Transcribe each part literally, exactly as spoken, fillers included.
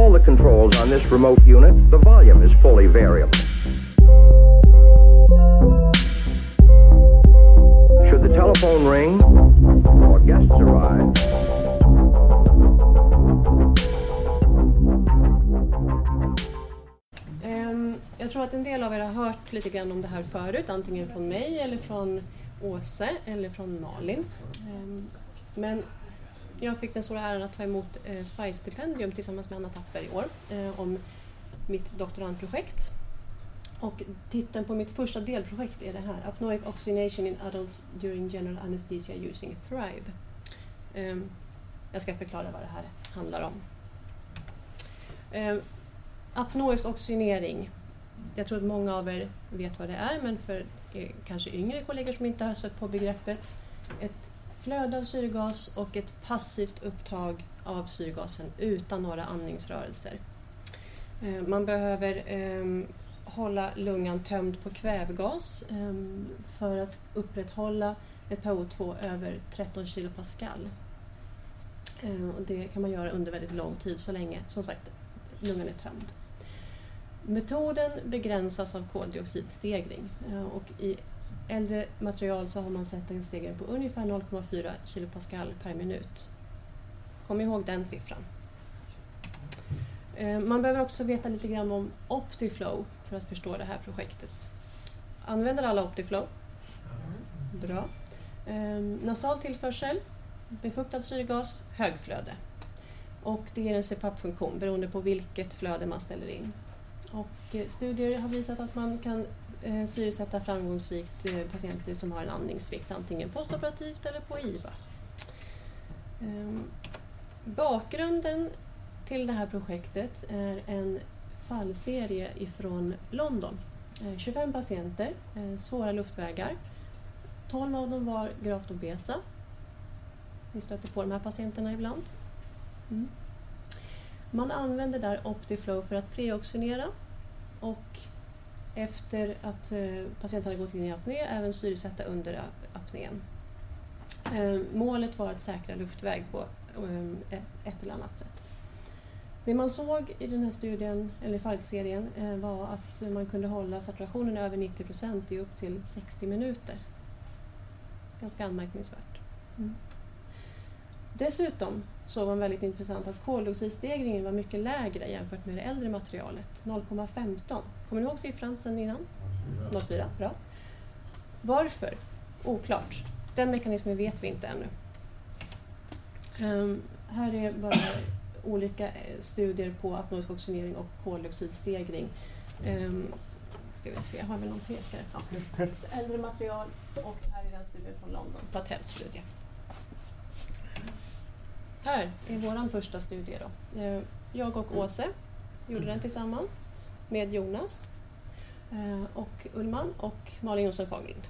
all the controls on this remote unit, the volume is fully variable. Should the telephone ring or guests arrive, jag tror att en del av er har hört lite grann om det här förut, antingen från mig eller från Åse eller från Malin. Men jag fick den stora äran att ta emot SPICE-stipendium tillsammans med Anna Tapper i år om mitt doktorandprojekt. Och titeln på mitt första delprojekt är det här: Apnoic Oxygenation in Adults During General Anesthesia Using Thrive. Jag ska förklara vad det här handlar om. Apnoisk oxygenering. Jag tror att många av er vet vad det är, men för kanske yngre kollegor som inte har stött på begreppet: ett flöde av syrgas och ett passivt upptag av syrgasen utan några andningsrörelser. Man behöver eh, hålla lungan tömd på kvävgas eh, för att upprätthålla ett P A O två över tretton kilopascal. Eh, och det kan man göra under väldigt lång tid, så länge som sagt lungan är tömd. Metoden begränsas av koldioxidstegring och i äldre material så har man sett en stegring på ungefär noll komma fyra kilopascal per minut. Kom ihåg den siffran. Man behöver också veta lite grann om Optiflow för att förstå det här projektet. Använder alla Optiflow? Bra. Nasal tillförsel, befuktad syrgas, högflöde. Och det ger en C PAP-funktion beroende på vilket flöde man ställer in. Och studier har visat att man kan eh, syresätta framgångsrikt eh, patienter som har en andningssvikt, antingen postoperativt eller på I V A. Eh, bakgrunden till det här projektet är en fallserie ifrån London. Eh, tjugofem patienter, eh, svåra luftvägar. tolv av dem var gravt obesa. Vi stöter på de här patienterna ibland. Mm. Man använder där Optiflow för att preoxygenera och efter att eh, patienten hade gått in i apné även syresätta under apnén. Eh, målet var att säkra luftväg på eh, ett eller annat sätt. Det man såg i den här studien, eller fallserien, eh, var att man kunde hålla saturationen över nittio procent i upp till sextio minuter. Ganska anmärkningsvärt. Mm. Dessutom såg man väldigt intressant att koldioxidstegringen var mycket lägre jämfört med det äldre materialet, noll komma femton. Kommer ni ihåg siffran sedan innan? noll komma fyra, bra. Varför? Oklart. Den mekanismen vet vi inte ännu. Um, här är bara olika studier på apnoisk oxygenering och koldioxidstegring. Um, ska vi se, har vi någon pekare? Ja. Äldre material och här är den studien från London, Patel-studie. Här är vår första studie då. Jag och Åse gjorde den tillsammans med Jonas och Ullman och Malin Jonsson Fagerlund.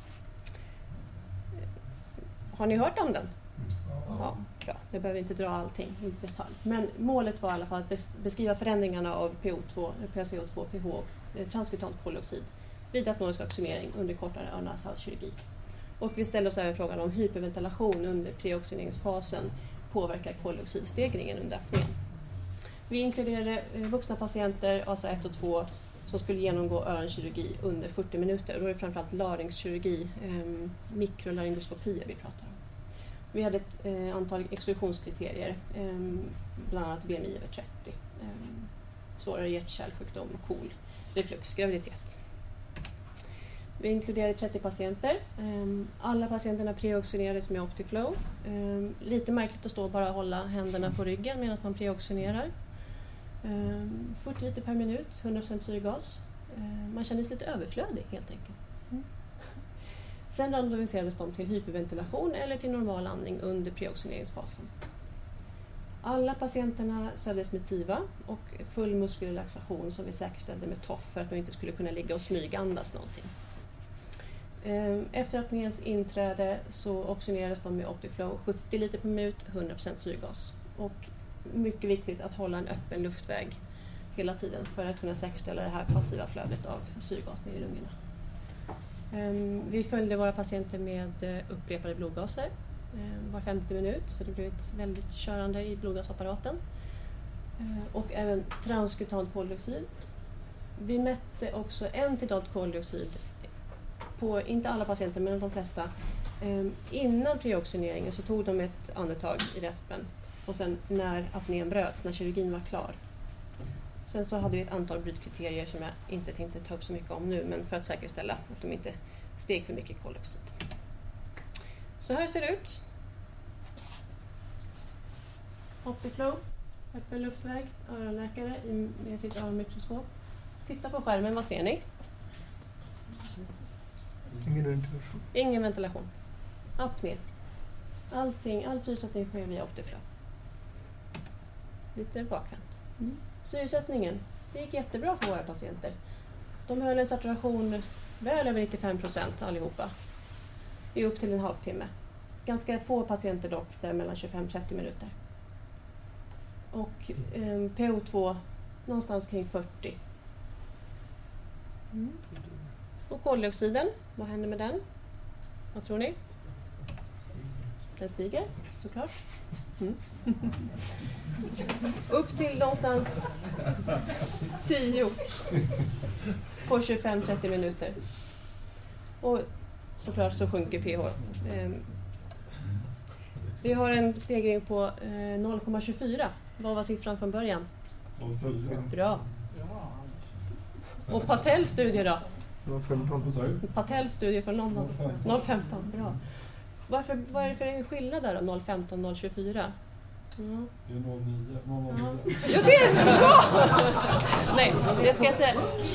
Har ni hört om den? Ja, bra. Vi behöver inte dra allting i detalj. Men målet var i alla fall att beskriva förändringarna av P O två, P C O två, P H, transkutant koldioxid vid apnoisk oxygenering under kortare örnashalskirurgi. Och vi ställde oss även frågan om hyperventilation under preoxygeneringsfasen påverkar koldioxidstegringen under apnén. Vi inkluderade vuxna patienter, A S A ett och två, som skulle genomgå öronkirurgi under fyrtio minuter. Då är det framförallt larynxkirurgi, eh, mikrolaryngoskopier vi pratar om. Vi hade ett eh, antal exklusionskriterier, eh, bland annat B M I över trettio, eh, svårare hjärt-kärlsjukdom, KOL, reflux, graviditet. Vi inkluderade trettio patienter. Alla patienterna preoxygenerades med Optiflow. Lite märkligt att stå och bara hålla händerna på ryggen medan man preoxygenerar. fyrtio liter per minut, hundra procent syrgas. Man känner sig lite överflödig helt enkelt. Mm. Sen randomiserades de till hyperventilation eller till normal andning under preoxygeneringsfasen. Alla patienterna sövdes med TIVA och full muskelrelaxation som vi säkerställde med T O F för att de inte skulle kunna ligga och smygandas någonting. Efter apnéns inträde så oxygenerades de med Optiflow sjuttio liter per minut, hundra procent syrgas. Och mycket viktigt att hålla en öppen luftväg hela tiden för att kunna säkerställa det här passiva flödet av syrgas ner i lungorna. Vi följde våra patienter med upprepade blodgaser var femte minut, så det blev ett väldigt körande i blodgasapparaten. och även transkutant koldioxid. Vi mätte också entidalt koldioxid på, inte alla patienter men de flesta. Innan preoxygeneringen så tog de ett andetag i respen och sen när apnén bröts, när kirurgin var klar. Sen så hade vi ett antal brytkriterier som jag inte tänkte ta upp så mycket om nu, men för att säkerställa att de inte steg för mycket koldioxid. Så här ser det ut. Optiflow, öppen luftväg, öronläkare med sitt öronmikroskop. Titta på skärmen, vad ser ni? Ingen ventilation. Ingen ventilation. Apné. Allting, all syresättning sker via Optiflow. Lite bakvänt. Mm. Syresättningen, det gick jättebra för våra patienter. De höll en saturation väl över nittiofem procent allihopa. I upp till en halvtimme. Ganska få patienter dock, där mellan tjugofem till trettio minuter. Och eh, P O två någonstans kring fyrtio. Mm. Och koldioxiden, vad händer med den? Vad tror ni? Den stiger, såklart. Mm. Upp till någonstans tio på tjugofem till trettio minuter. Och såklart så sjunker pH. Eh, vi har en stegring på eh, noll komma tjugofyra. Vad var siffran från början? Bra. Och Patels studie då? noll femton. Patels studie från London. noll femton, bra. Varför, vad är det för en skillnad där då? noll femton, noll tjugofyra? Mm. Det är noll nio. noll nio. Ja, det är bra! Nej, det ska jag säga.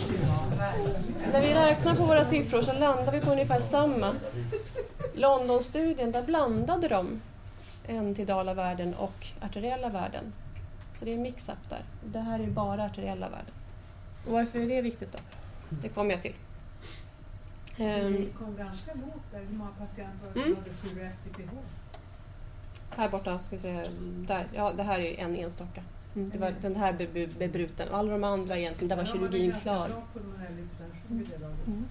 När vi räknar på våra siffror så landar vi på ungefär samma. Londonstudien, där blandade de entidala värden och arteriella värden. Så det är en mix-up där. Det här är bara arteriella värden. Och varför är det viktigt då? Det kommer jag till. Det kom ganska lågt där. Hur många patienter som Mm. hade fyra komma ett i pH? Här borta, ska vi säga, där. Ja, det här är en enstaka. Mm. Det var den här be- bebruten. Och alla de andra egentligen, där var kirurgin klar. Mm. Mm.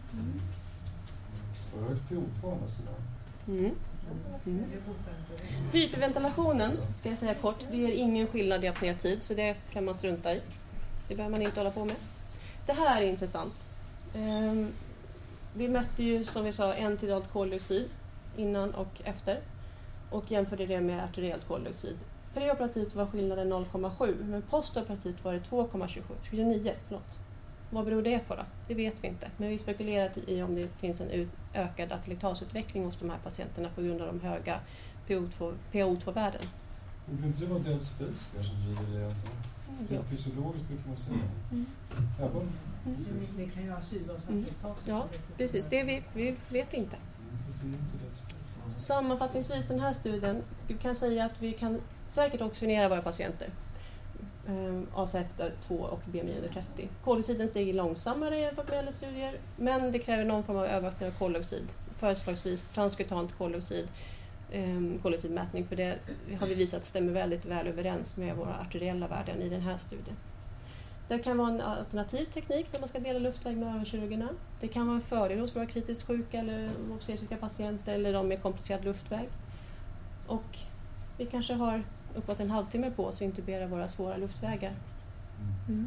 Så högt P O två å andra sidan. Mm. Mm. Hyperventilationen, ska jag säga kort, det ger ingen skillnad i apnétid, så det kan man strunta i. Det behöver man inte hålla på med. Det här är intressant. Um, vi mätte ju, som vi sa, entidalt koldioxid innan och efter och jämförde det med arteriellt koldioxid. Preoperativt var skillnaden noll komma sju, men postoperativt var det två komma tjugonio. Förlåt. Vad beror det på då? Det vet vi inte, men vi spekulerar i om det finns en ut- ökad atelektasutveckling hos de här patienterna på grund av de höga P O två-värden. Borde inte det vara dead space där som driver det? Ja. Fysiologiskt brukar man säga. Mm. Även. Mm. Det kan ju ha syrgas Mm. Ja, precis. Det vi, vi vet inte. Fast det är inte dead space. Sammanfattningsvis den här studien, vi kan säga att vi kan säkert oxygenera våra patienter. Um, A C ett två och B M I under trettio. Koldioxiden stiger långsammare jämfört med andra studier, men det kräver någon form av övervakning av koldioxid. Förslagsvis transkutant koldioxid, um, koldioxidmätning, för det har vi visat stämmer väldigt väl överens med våra arteriella värden i den här studien. Det kan vara en alternativ teknik när man ska dela luftväg med öronkirurgerna. Det kan vara en fördel hos våra kritiskt sjuka eller obstetriska patienter eller de med komplicerad luftväg. Och vi kanske har uppåt en halvtimme på oss att intubera våra svåra luftvägar. Mm.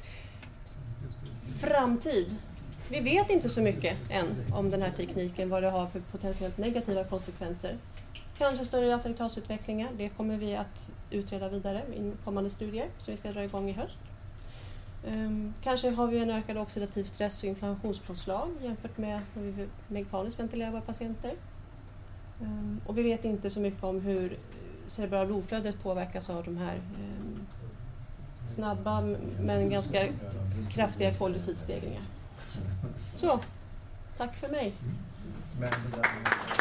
Framtid. Vi vet inte så mycket än om den här tekniken, vad det har för potentiellt negativa konsekvenser. Kanske större atelektasutvecklingar, det kommer vi att utreda vidare i kommande studier som vi ska dra igång i höst. Um, kanske har vi en ökad oxidativ stress och inflammationspåslag jämfört med när vi mekaniskt ventilerar våra patienter. Um, och vi vet inte så mycket om hur cerebral blodflödet påverkas av de här um, snabba men ganska kraftiga koldioxidstegringar. Så, tack för mig. Men det där